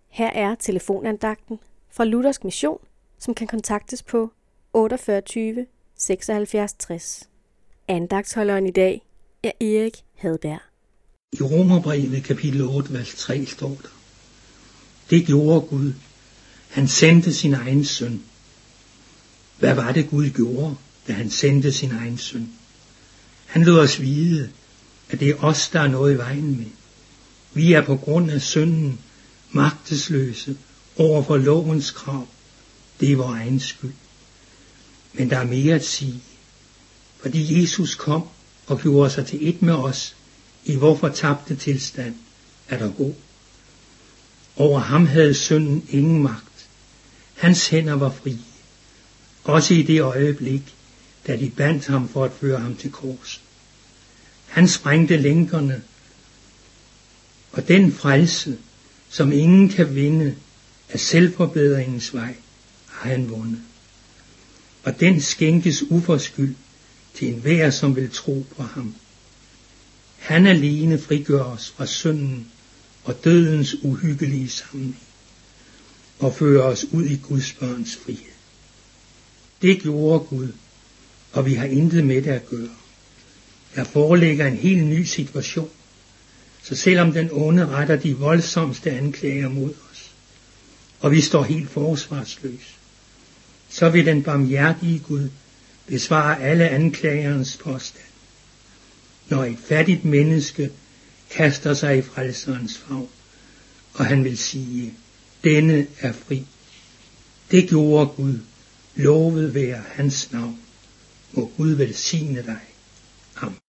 Her er telefonandagten fra Luthersk Mission, som kan kontaktes på 48 76 60. Andagtsholderen i dag er Erik Hadberg. I Romerbrevet kapitel 8, vers 3 står der: Det gjorde Gud. Han sendte sin egen søn. Hvad var det Gud gjorde, da han sendte sin egen søn? Han lod os vide, at det er os, der er noget i vejen med. Vi er på grund af synden magtesløse over for lovens krav. Det er vores egen skyld. Men der er mere at sige. Fordi Jesus kom og gjorde sig til et med os i vor fortabte tilstand, er der god. Over ham havde synden ingen magt. Hans hænder var frie. Også i det øjeblik, da de bandt ham for at føre ham til kors. Han sprængte lænkerne, og den frelse, som ingen kan vinde af selvforbedringens vej, har han vundet. Og den skænkes uforskyldt til enhver, som vil tro på ham. Han alene frigør os fra synden og dødens uhyggelige samling og fører os ud i Guds børns frihed. Det gjorde Gud, og vi har intet med det at gøre. Der foreligger en helt ny situation, så selvom den onde retter de voldsomste anklager mod os, og vi står helt forsvarsløse, så vil den barmhjertige Gud besvare alle anklagerens påstand, når et fattigt menneske kaster sig i frelserens favn, og han vil sige, denne er fri. Det gjorde Gud. Lovet være hans navn. Må Gud velsigne dig. Amen.